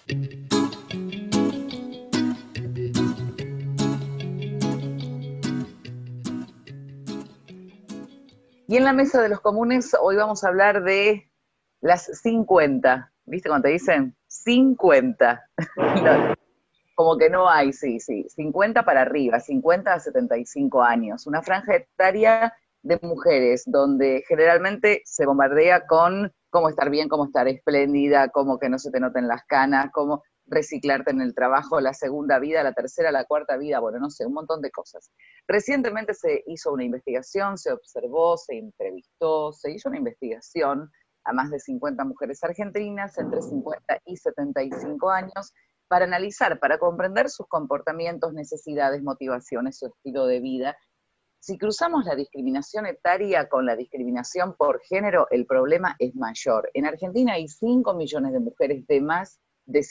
Y en la mesa de los comunes hoy vamos a hablar de las 50. ¿Viste cuando te dicen 50? No, como que no hay, sí, sí. 50 para arriba, 50 a 75 años. Una franja etaria de mujeres donde generalmente se bombardea con cómo estar bien, cómo estar espléndida, cómo que no se te noten las canas, cómo reciclarte en el trabajo, la segunda vida, la tercera, la cuarta vida, bueno, no sé, un montón de cosas. Recientemente se hizo una investigación, se observó, se entrevistó, se hizo una investigación a más de 50 mujeres argentinas entre 50 y 75 años para analizar, para comprender sus comportamientos, necesidades, motivaciones, su estilo de vida. Si cruzamos la discriminación etaria con la discriminación por género, el problema es mayor. En Argentina hay 5 millones de mujeres de más de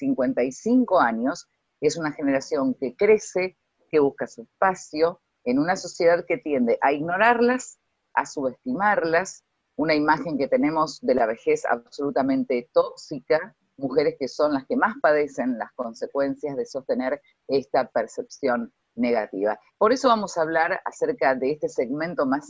55 años, es una generación que crece, que busca su espacio, en una sociedad que tiende a ignorarlas, a subestimarlas, una imagen que tenemos de la vejez absolutamente tóxica, mujeres que son las que más padecen las consecuencias de sostener esta percepción negativa. Por eso vamos a hablar acerca de este segmento más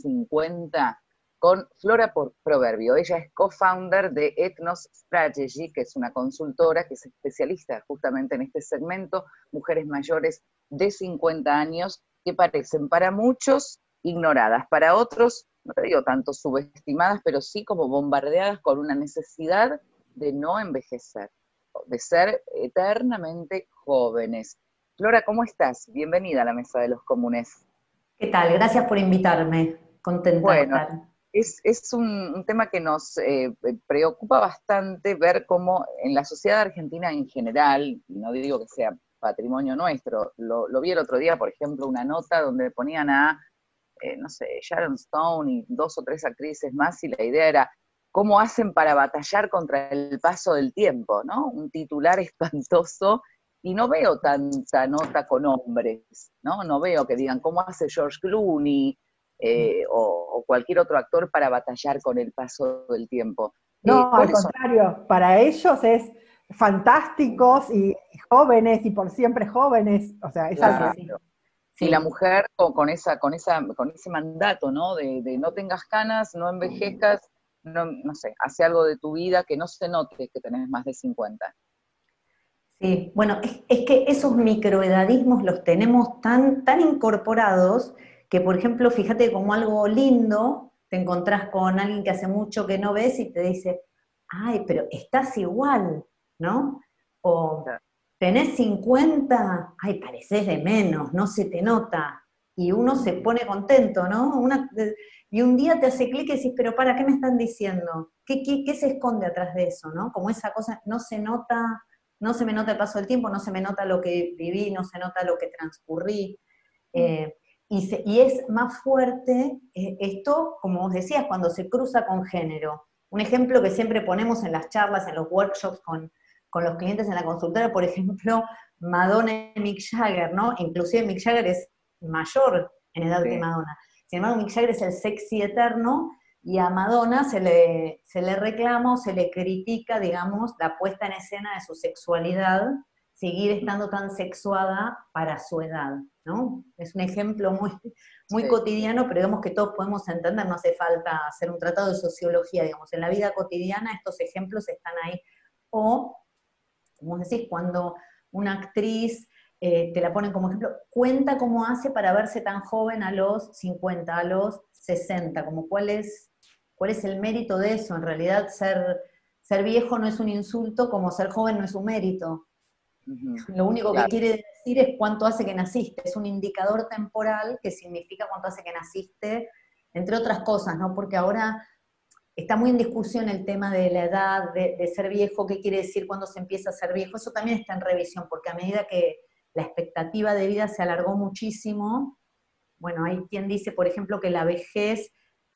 50 con Flora Proverbio. Ella es co-founder de Ethnos Strategy, que es una consultora que es especialista justamente en este segmento, mujeres mayores de 50 años que parecen para muchos ignoradas, para otros, no te digo tanto subestimadas, pero sí como bombardeadas con una necesidad de no envejecer, de ser eternamente jóvenes. Flora, ¿cómo estás? Bienvenida a la Mesa de los Comunes. ¿Qué tal? Gracias por invitarme. Contenta de Bueno, estar. es un tema que nos preocupa bastante ver cómo en la sociedad argentina en general, y no digo que sea patrimonio nuestro, lo vi el otro día, por ejemplo, una nota donde ponían a, no sé, Sharon Stone y 2 o 3 actrices más, y la idea era cómo hacen para batallar contra el paso del tiempo, ¿no? Un titular espantoso, y no veo tanta nota con hombres, ¿no? No veo que digan cómo hace George Clooney o cualquier otro actor para batallar con el paso del tiempo. No, al ¿Cuáles son? contrario, para ellos es fantásticos y jóvenes y por siempre jóvenes, o sea, es Sí, sí, así. sí. Claro. Y la Sí. mujer con ese mandato, ¿no? De no tengas canas, no envejezcas, no, no sé, hace algo de tu vida que no se note que tenés más de 50. Sí. Bueno, es que esos microedadismos los tenemos tan incorporados que, por ejemplo, fíjate como algo lindo, te encontrás con alguien que hace mucho que no ves y te dice, ay, pero estás igual, ¿no? O Claro. tenés 50, ay, parecés de menos, no se te nota. Y uno se pone contento, ¿no? Y un día te hace clic y decís, pero para, ¿qué me están diciendo? ¿Qué se esconde atrás de eso, no? Como esa cosa, no se nota, no se me nota el paso del tiempo, no se me nota lo que viví, no se nota lo que transcurrí. Mm. Eh, y es más fuerte esto, como vos decías, cuando se cruza con género. Un ejemplo que siempre ponemos en las charlas, en los workshops con los clientes en la consultora, por ejemplo, Madonna y Mick Jagger, ¿no? Inclusive Mick Jagger es mayor en edad que Sí, Madonna. Sin embargo, Mick Jagger es el sexy eterno y a Madonna se le reclama o se le critica, digamos, la puesta en escena de su sexualidad, seguir estando tan sexuada para su edad, ¿no? Es un ejemplo muy sí, cotidiano, pero digamos que todos podemos entender, no hace falta hacer un tratado de sociología, digamos, en la vida cotidiana estos ejemplos están ahí. O, como decís, cuando una actriz te la ponen como ejemplo, cuenta cómo hace para verse tan joven a los 50, a los 60, como cuál es el mérito de eso. En realidad, ser viejo no es un insulto, como ser joven no es un mérito. ujú, Lo único que claro, quiere decir es cuánto hace que naciste. Es un indicador temporal que significa cuánto hace que naciste, entre otras cosas, ¿no? Porque ahora está muy en discusión el tema de la edad, de ser viejo, qué quiere decir cuando se empieza a ser viejo. Eso también está en revisión, porque a medida que la expectativa de vida se alargó muchísimo, bueno, hay quien dice, por ejemplo, que la vejez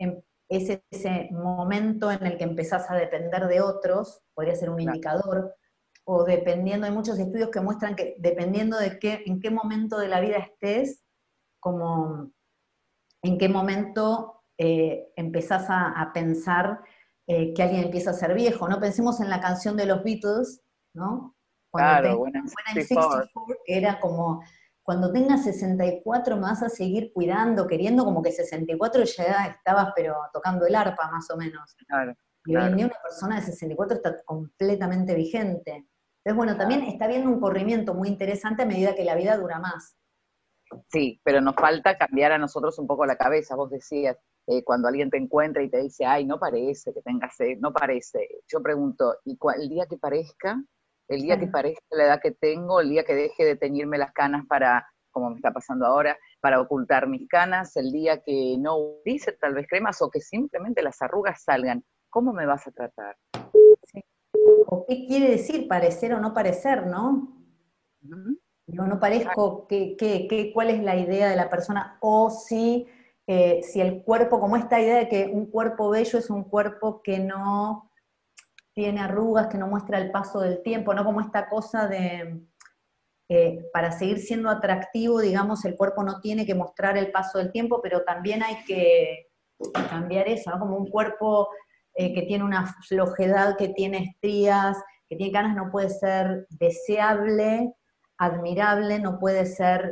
es ese momento en el que empezás a depender de otros, podría ser un claro. indicador, o dependiendo, hay muchos estudios que muestran que dependiendo de en qué momento de la vida estés, como en qué momento empezás a pensar que alguien empieza a ser viejo, ¿no? Pensemos en la canción de los Beatles, ¿no? Cuando Claro, tenga when I'm When I'm 64. 64 era como, cuando tengas 64 me vas a seguir cuidando, queriendo, como que 64 ya estabas pero tocando el arpa más o menos. Claro, Y hoy en claro, día una persona de 64 está completamente vigente. Entonces, bueno, también claro. está habiendo un corrimiento muy interesante a medida que la vida dura más. Sí, pero nos falta cambiar a nosotros un poco la cabeza. Vos decías, cuando alguien te encuentra y te dice, ay, no parece que tengas sed, no parece. Yo pregunto, ¿y el día que parezca? El día que Claro. parezca la edad que tengo, el día que deje de teñirme las canas para, como me está pasando ahora, para ocultar mis canas, el día que no utilice tal vez cremas o que simplemente las arrugas salgan, ¿cómo me vas a tratar? Sí. ¿O qué quiere decir parecer o no parecer, no? Ujú. No parezco, ¿cuál es la idea de la persona? O si el cuerpo, como esta idea de que un cuerpo bello es un cuerpo que no tiene arrugas, que no muestra el paso del tiempo, ¿no? Como esta cosa de, para seguir siendo atractivo, digamos, el cuerpo no tiene que mostrar el paso del tiempo, pero también hay que cambiar eso, ¿no? Como un cuerpo que tiene una flojedad, que tiene estrías, que tiene canas, no puede ser deseable, admirable, no puede ser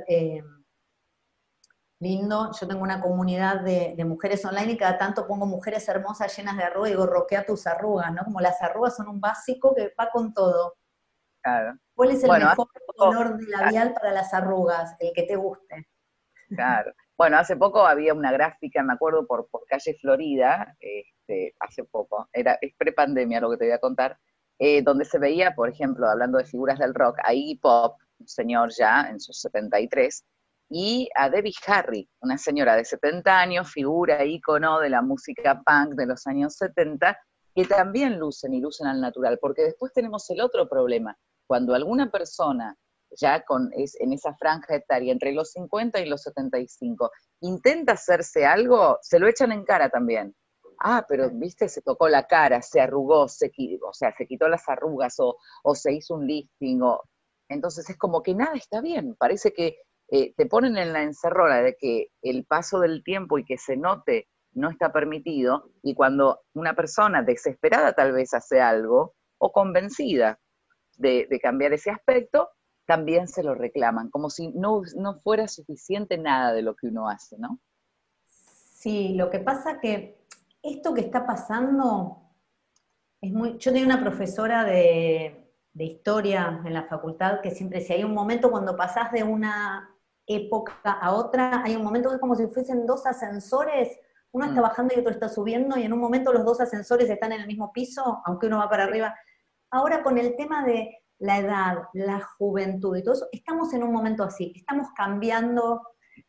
lindo. Yo tengo una comunidad de mujeres online y cada tanto pongo mujeres hermosas llenas de arrugas y digo, roquea tus arrugas, ¿no? Como las arrugas son un básico que va con todo. Claro. ¿Cuál es el Bueno, hace mejor poco, color de labial para las arrugas? El que te guste. claro. Bueno, hace poco había una gráfica, me acuerdo, por calle Florida, hace poco, es prepandemia lo que te voy a contar, donde se veía, por ejemplo, hablando de figuras del rock, a Iggy Pop, un señor ya en sus 73, y a Debbie Harry, una señora de 70 años, figura, ícono de la música punk de los años 70, que también lucen y lucen al natural, porque después tenemos el otro problema, cuando alguna persona ya en esa franja etaria, entre los 50 y los 75, intenta hacerse algo, se lo echan en cara también. Ah, pero viste, se tocó la cara, se arrugó, o sea, se quitó las arrugas o se hizo un lifting, entonces es como que nada está bien, parece que te ponen en la encerrona de que el paso del tiempo y que se note no está permitido, y cuando una persona desesperada tal vez hace algo, o convencida de cambiar ese aspecto, también se lo reclaman, como si no fuera suficiente nada de lo que uno hace, ¿no? Sí, lo que pasa que esto que está pasando es muy... Yo tenía una profesora de historia en la facultad que siempre decía, hay un momento cuando pasás de una época a otra, hay un momento que es como si fuesen dos ascensores, uno está Mm, bajando y otro está subiendo, y en un momento los dos ascensores están en el mismo piso, aunque uno va para sí, arriba. Ahora con el tema de la edad, la juventud y todo eso, estamos en un momento así, estamos cambiando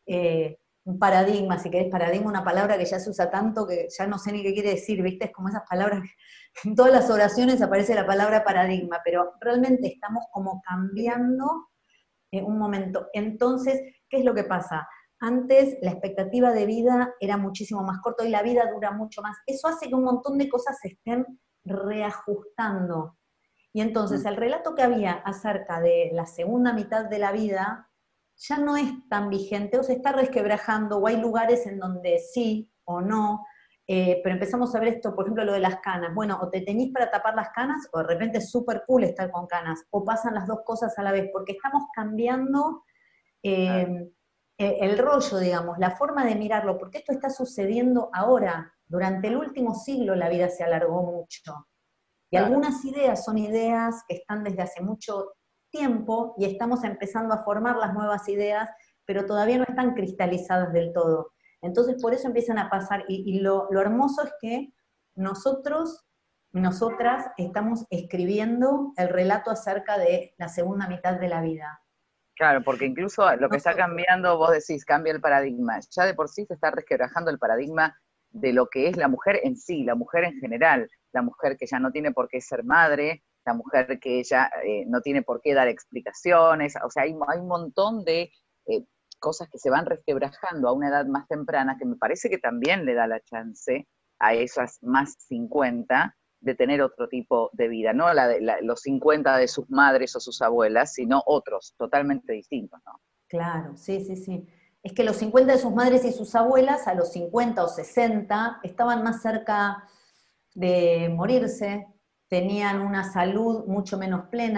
un paradigma, si querés, paradigma, una palabra que ya se usa tanto que ya no sé ni qué quiere decir, ¿viste? Es como esas palabras que en todas las oraciones aparece la palabra paradigma, pero realmente estamos como cambiando un momento. Entonces, ¿qué es lo que pasa? Antes la expectativa de vida era muchísimo más corta y la vida dura mucho más. Eso hace que un montón de cosas se estén reajustando. Y entonces mm, el relato que había acerca de la segunda mitad de la vida ya no es tan vigente, o se está resquebrajando, o hay lugares en donde sí o no, pero empezamos a ver esto, por ejemplo, lo de las canas. Bueno, o te teñís para tapar las canas, o de repente es súper cool estar con canas, o pasan las dos cosas a la vez, porque estamos cambiando claro, eh, el rollo, digamos, la forma de mirarlo, porque esto está sucediendo ahora. Durante el último siglo la vida se alargó mucho. Y claro. algunas ideas son ideas que están desde hace mucho tiempo y estamos empezando a formar las nuevas ideas, pero todavía no están cristalizadas del todo. Entonces por eso empiezan a pasar, y lo hermoso es que nosotros, nosotras, estamos escribiendo el relato acerca de la segunda mitad de la vida. Claro, porque incluso lo que está Nosotros. cambiando, vos decís, cambia el paradigma. Ya de por sí se está resquebrajando el paradigma de lo que es la mujer en sí, la mujer en general, la mujer que ya no tiene por qué ser madre, la mujer que ya no tiene por qué dar explicaciones, o sea, hay un montón de eh, cosas que se van resquebrajando a una edad más temprana que me parece que también le da la chance a esas más 50 de tener otro tipo de vida, no los 50 de sus madres o sus abuelas, sino otros, totalmente distintos, ¿no? Claro, sí, sí, sí. Es que los 50 de sus madres y sus abuelas, a los 50 o 60, estaban más cerca de morirse, tenían una salud mucho menos plena.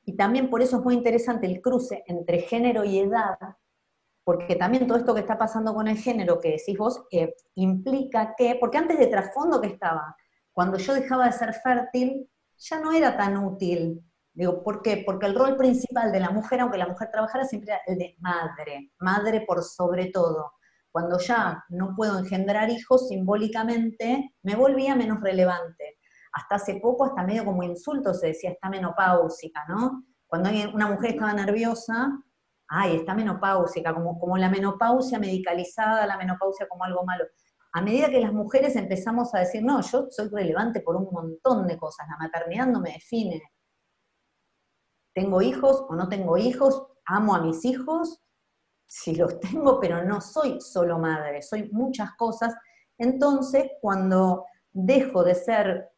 Y también por eso es muy interesante el cruce entre género y edad, porque también todo esto que está pasando con el género que decís vos, implica que, porque antes de trasfondo que estaba, cuando yo dejaba de ser fértil, ya no era tan útil. Digo, ¿por qué? Porque el rol principal de la mujer, aunque la mujer trabajara, siempre era el de madre, madre por sobre todo. Cuando ya no puedo engendrar hijos, simbólicamente me volvía menos relevante. Hasta hace poco, hasta medio como insulto se decía, está menopáusica, ¿no? Cuando una mujer estaba nerviosa, ay, está menopáusica, como la menopausia medicalizada, la menopausia como algo malo. A medida que las mujeres empezamos a decir, no, yo soy relevante por un montón de cosas, la maternidad no me define. ¿Tengo hijos o no tengo hijos? ¿Amo a mis hijos? Sí los tengo, pero no soy solo madre, soy muchas cosas. Entonces, cuando dejo de ser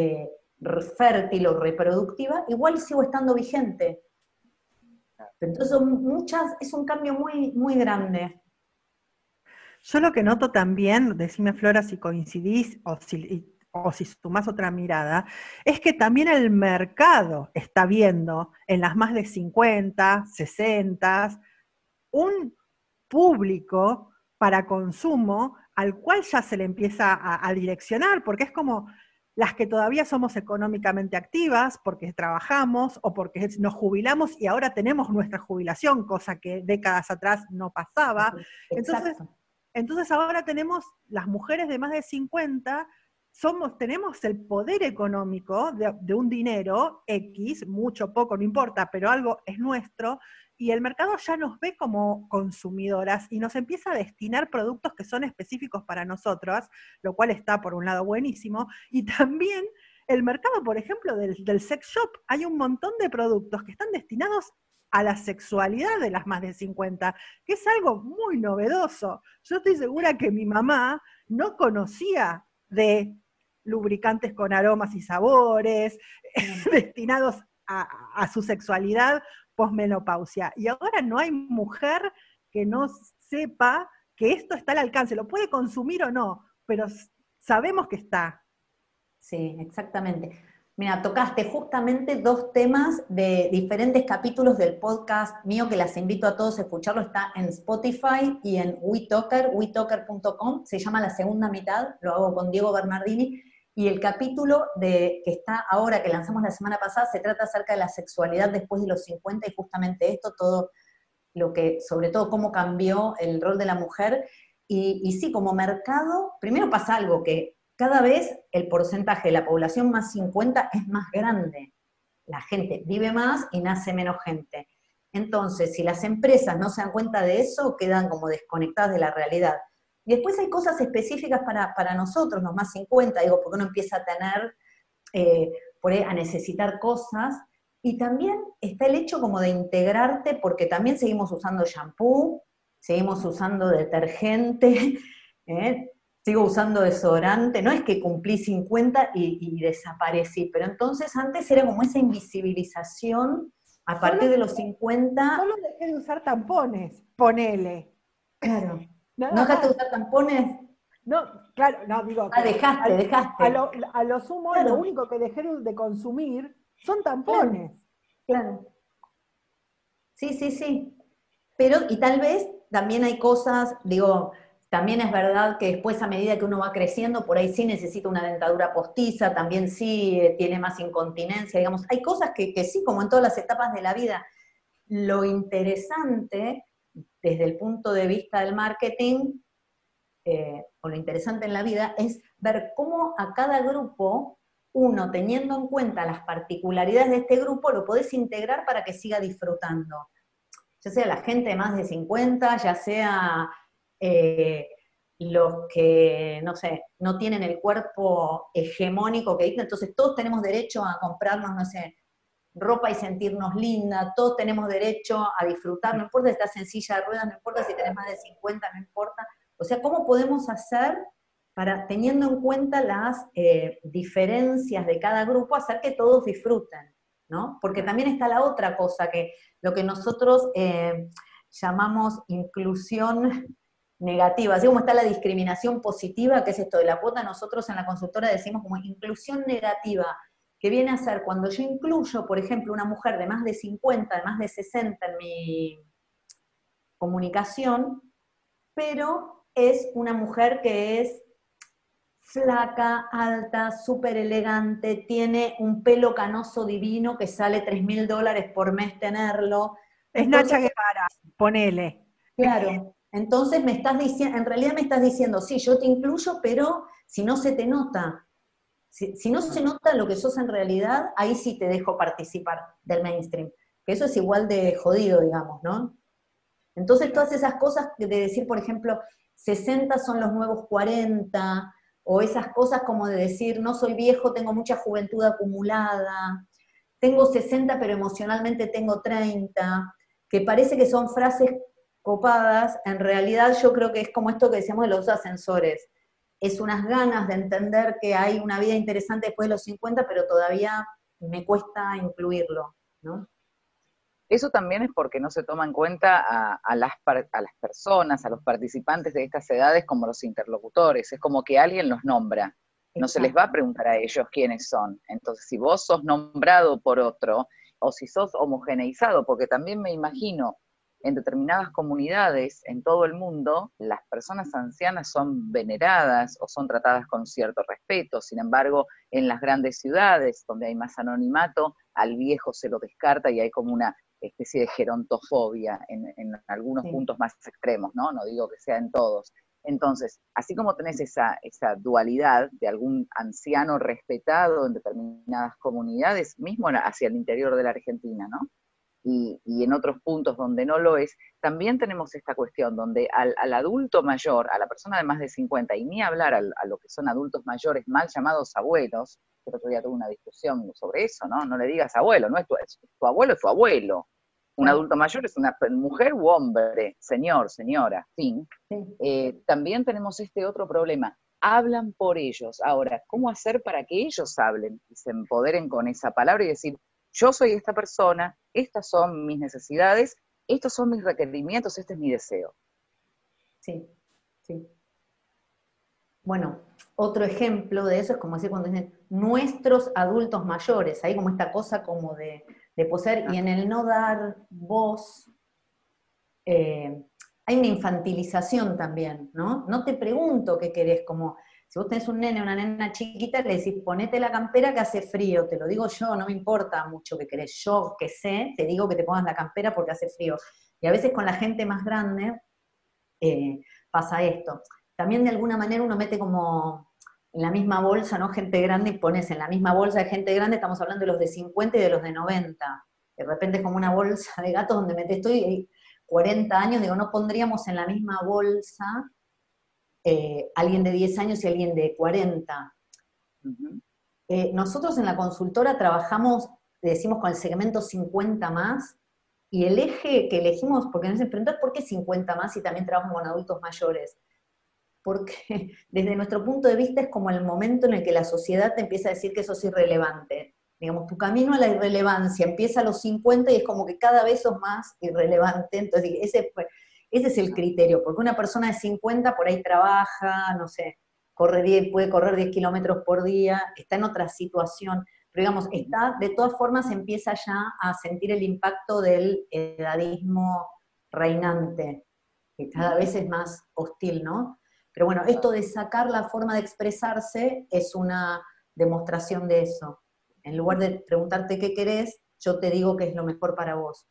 fértil o reproductiva, igual sigo estando vigente. Entonces es un cambio muy, muy grande. Yo lo que noto también, decime Flora si coincidís o si sumás otra mirada, es que también el mercado está viendo en las más de 50, 60, un público para consumo al cual ya se le empieza a direccionar, porque es como las que todavía somos económicamente activas, porque trabajamos o porque nos jubilamos y ahora tenemos nuestra jubilación, cosa que décadas atrás no pasaba. Entonces, Exacto. entonces ahora tenemos las mujeres de más de 50, tenemos el poder económico de un dinero X, mucho, poco, no importa, pero algo es nuestro, y el mercado ya nos ve como consumidoras y nos empieza a destinar productos que son específicos para nosotras, lo cual está por un lado buenísimo, y también el mercado, por ejemplo, del sex shop, hay un montón de productos que están destinados a la sexualidad de las más de 50, que es algo muy novedoso. Yo estoy segura que mi mamá no conocía de lubricantes con aromas y sabores, destinados a su sexualidad posmenopausia. Y ahora no hay mujer que no sepa que esto está al alcance. Lo puede consumir o no, pero sabemos que está. Sí, exactamente. Mira, tocaste justamente dos temas de diferentes capítulos del podcast mío que las invito a todos a escucharlo. Está en Spotify y en WeTalker, wetalker.com. Se llama La Segunda Mitad, lo hago con Diego Bernardini. Y el capítulo que está ahora, que lanzamos la semana pasada, se trata acerca de la sexualidad después de los 50 y justamente esto, todo lo que, sobre todo cómo cambió el rol de la mujer. Y sí, como mercado, primero pasa algo que cada vez el porcentaje de la población más 50 es más grande. La gente vive más y nace menos gente. Entonces, si las empresas no se dan cuenta de eso, quedan como desconectadas de la realidad. Y después hay cosas específicas para nosotros, los más 50, digo, porque uno empieza a tener, por ahí, a necesitar cosas. Y también está el hecho como de integrarte, porque también seguimos usando shampoo, seguimos usando detergente, ¿eh? Sigo usando desodorante, no es que cumplí 50 y desaparecí, pero entonces antes era como esa invisibilización a partir de los 50. Solo dejé de usar tampones, ponele. Claro. ¿No Nada dejaste de más. usar tampones? No, claro, no, digo Ah, que dejaste. a lo sumo, Claro, lo único que dejé de consumir son claro, tampones. claro. Sí, sí, sí. Pero, y tal vez también hay cosas, digo, también es verdad que después a medida que uno va creciendo, por ahí sí necesita una dentadura postiza, también sí tiene más incontinencia, digamos. Hay cosas que sí, como en todas las etapas de la vida. Lo interesante, desde el punto de vista del marketing, o lo interesante en la vida, es ver cómo a cada grupo, uno teniendo en cuenta las particularidades de este grupo, lo podés integrar para que siga disfrutando. Ya sea la gente de más de 50, ya sea los que, no sé, no tienen el cuerpo hegemónico que dicen, entonces todos tenemos derecho a comprarnos, no sé, ropa y sentirnos linda, todos tenemos derecho a disfrutar, no importa si estás en silla de ruedas, no importa si tenés más de 50, no importa. O sea, ¿cómo podemos hacer para, teniendo en cuenta las diferencias de cada grupo, hacer que todos disfruten, ¿no? Porque también está la otra cosa, que lo que nosotros llamamos inclusión negativa, así como está la discriminación positiva, que es esto de la cuota, nosotros en la consultora decimos como inclusión negativa, que viene a ser cuando yo incluyo, por ejemplo, una mujer de más de 50, de más de 60 en mi comunicación, pero es una mujer que es flaca, alta, súper elegante, tiene un pelo canoso divino que sale $3.000 por mes tenerlo. Es Entonces, Nacha Guevara, ponele. claro, entonces me estás diciendo, en realidad me estás diciendo, sí, yo te incluyo, pero si no se te nota, si no se nota lo que sos en realidad, ahí sí te dejo participar del mainstream. Que eso es igual de jodido, digamos, ¿no? Entonces todas esas cosas de decir, por ejemplo, 60 son los nuevos 40, o esas cosas como de decir, no soy viejo, tengo mucha juventud acumulada, tengo 60 pero emocionalmente tengo 30, que parece que son frases copadas, en realidad yo creo que es como esto que decíamos de los ascensores, es unas ganas de entender que hay una vida interesante después de los 50, pero todavía me cuesta incluirlo, ¿no? Eso también es porque no se toma en cuenta a las personas, a los participantes de estas edades como los interlocutores. Es como que alguien los nombra. No se les va a preguntar a ellos quiénes son. Entonces, si vos sos nombrado por otro, o si sos homogeneizado, porque también me imagino en determinadas comunidades en todo el mundo, las personas ancianas son veneradas o son tratadas con cierto respeto. Sin embargo, en las grandes ciudades, donde hay más anonimato, al viejo se lo descarta y hay como una especie de gerontofobia en algunos puntos más extremos, ¿no? No digo que sea en todos. Entonces, así como tenés esa dualidad de algún anciano respetado en determinadas comunidades, mismo hacia el interior de la Argentina, ¿no? Y en otros puntos donde no lo es, también tenemos esta cuestión donde al adulto mayor, a la persona de más de 50, y ni hablar a lo que son adultos mayores mal llamados abuelos, que el otro día tuve una discusión sobre eso, ¿no? No le digas abuelo, no es tu abuelo, es tu abuelo. Un adulto mayor es una mujer u hombre, señor, señora, fin. Sí. También tenemos este otro problema. Hablan por ellos. Ahora, ¿cómo hacer para que ellos hablen y se empoderen con esa palabra y decir, yo soy esta persona, estas son mis necesidades, estos son mis requerimientos, este es mi deseo? Sí, sí. Bueno, otro ejemplo de eso es como decir cuando dicen nuestros adultos mayores, hay como esta cosa como de poseer, y en el no dar voz, hay una infantilización también, ¿no? No te pregunto qué querés, como si vos tenés un nene o una nena chiquita, le decís, ponete la campera que hace frío, te lo digo yo, no me importa mucho qué querés, yo que sé, te digo que te pongas la campera porque hace frío. Y a veces con la gente más grande pasa esto. También de alguna manera uno mete como en la misma bolsa, ¿no? Gente grande, y pones en la misma bolsa de gente grande, estamos hablando de los de 50 y de los de 90. De repente es como una bolsa de gatos donde metes estoy 40 años, digo, no pondríamos en la misma bolsa alguien de 10 años y alguien de 40. Uh-huh. Nosotros en la consultora trabajamos, decimos, con el segmento 50 más, y el eje que elegimos, porque nos preguntan por qué 50 más y también trabajamos con adultos mayores. Porque desde nuestro punto de vista es como el momento en el que la sociedad te empieza a decir que sos irrelevante. Digamos, tu camino a la irrelevancia empieza a los 50 y es como que cada vez sos más irrelevante. Entonces, ese es el criterio, porque una persona de 50 por ahí trabaja, no sé, puede correr 10 kilómetros por día, está en otra situación, pero digamos, de todas formas empieza ya a sentir el impacto del edadismo reinante, que cada vez es más hostil, ¿no? Pero bueno, esto de sacar la forma de expresarse es una demostración de eso. En lugar de preguntarte qué querés, yo te digo qué es lo mejor para vos.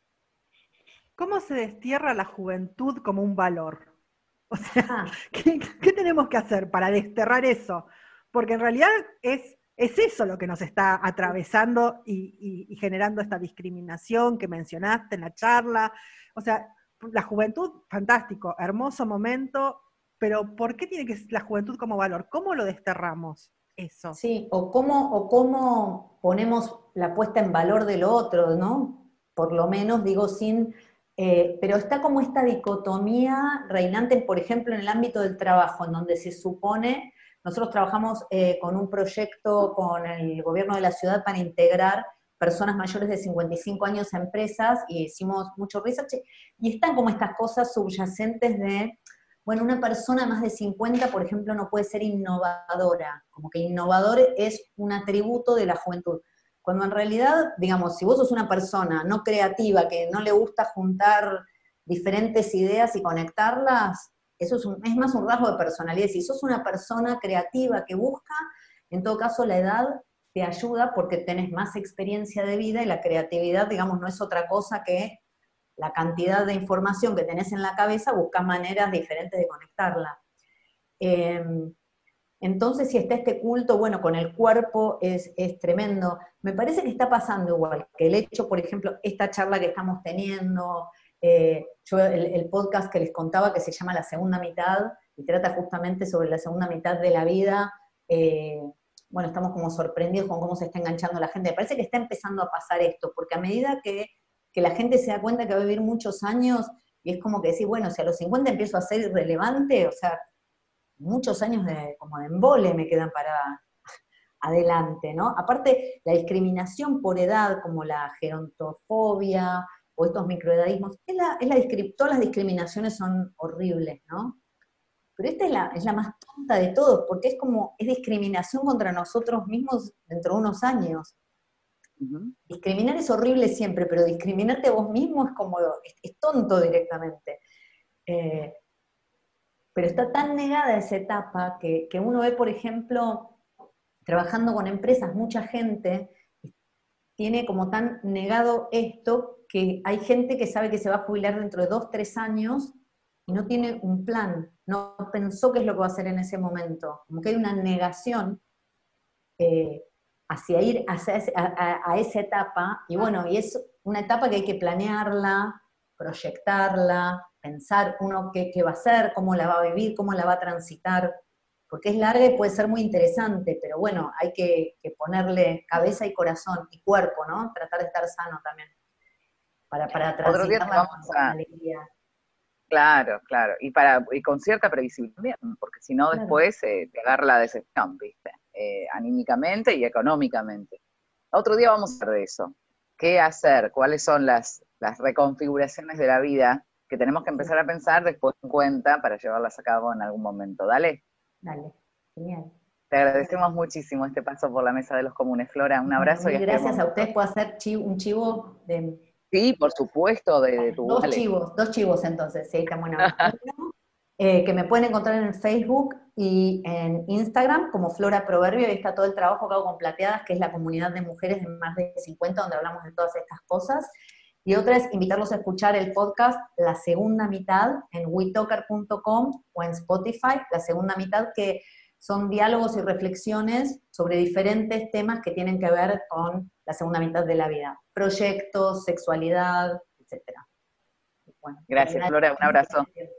¿Cómo se destierra la juventud como un valor? O sea, ¿qué tenemos que hacer para desterrar eso? Porque en realidad es eso lo que nos está atravesando y generando esta discriminación que mencionaste en la charla. O sea, la juventud, fantástico, hermoso momento, pero ¿por qué tiene que ser la juventud como valor? ¿Cómo lo desterramos eso? Sí, o cómo ponemos la puesta en valor del otro, ¿no? Por lo menos, digo, pero está como esta dicotomía reinante, por ejemplo, en el ámbito del trabajo, en donde se supone, nosotros trabajamos con un proyecto con el gobierno de la ciudad para integrar personas mayores de 55 años a empresas, y hicimos mucho research, y están como estas cosas subyacentes de bueno, una persona más de 50, por ejemplo, no puede ser innovadora, como que innovador es un atributo de la juventud. cuando en realidad, digamos, si vos sos una persona no creativa, que no le gusta juntar diferentes ideas y conectarlas, eso es más un rasgo de personalidad. Si sos una persona creativa que busca, en todo caso la edad te ayuda porque tenés más experiencia de vida y la creatividad, digamos, no es otra cosa que la cantidad de información que tenés en la cabeza, buscas maneras diferentes de conectarla. Entonces, si está este culto, bueno, con el cuerpo es tremendo. Me parece que está pasando igual, que el hecho, por ejemplo, esta charla que estamos teniendo, yo el podcast que les contaba que se llama La Segunda Mitad, y trata justamente sobre la segunda mitad de la vida, bueno, estamos como sorprendidos con cómo se está enganchando la gente. Me parece que está empezando a pasar esto, porque a medida que la gente se da cuenta que va a vivir muchos años, y es como que decir, bueno, si a los 50 empiezo a ser irrelevante, o sea, muchos años como de embole me quedan para adelante, ¿no? Aparte, la discriminación por edad, como la gerontofobia o estos microedadismos, todas las discriminaciones son horribles, ¿no? Pero esta es la más tonta de todos, porque es discriminación contra nosotros mismos dentro de unos años. Discriminar es horrible siempre, pero discriminarte a vos mismo es como, es tonto directamente. Pero está tan negada esa etapa que uno ve, por ejemplo, trabajando con empresas, mucha gente tiene como tan negado esto que hay gente que sabe que se va a jubilar dentro de 2, 3 años y no tiene un plan, no pensó qué es lo que va a hacer en ese momento. Como que hay una negación hacia ir a esa etapa, y bueno, y es una etapa que hay que planearla, proyectarla, pensar uno qué va a hacer, cómo la va a vivir, cómo la va a transitar, porque es larga y puede ser muy interesante, pero bueno, hay que ponerle cabeza y corazón y cuerpo, ¿no? Tratar de estar sano también, para Otro día te transitarla vamos con alegría. Claro, y con cierta previsibilidad también, porque si no Claro. después te agarra la decepción, ¿viste? Anímicamente y económicamente. Otro día vamos a hablar de eso. ¿Qué hacer? ¿Cuáles son las reconfiguraciones de la vida que tenemos que empezar a pensar después en cuenta para llevarlas a cabo en algún momento? Dale. Dale, genial. Te agradecemos muchísimo este paso por la mesa de los comunes, Flora. Un Bueno, abrazo y mil hasta el gracias a momento. ustedes por hacer un chivo de... Sí, por supuesto, de tu... Dos Dale. chivos entonces, sí, está bueno. Uno, que me pueden encontrar en Facebook y en Instagram como Flora Proverbio, ahí está todo el trabajo que hago con Plateadas, que es la comunidad de mujeres de más de 50, donde hablamos de todas estas cosas. Y otra es invitarlos a escuchar el podcast La Segunda Mitad en WeTalker.com o en Spotify, La Segunda Mitad, que son diálogos y reflexiones sobre diferentes temas que tienen que ver con la segunda mitad de la vida. Proyectos, sexualidad, etc. Bueno, Gracias, Flora. Un abrazo.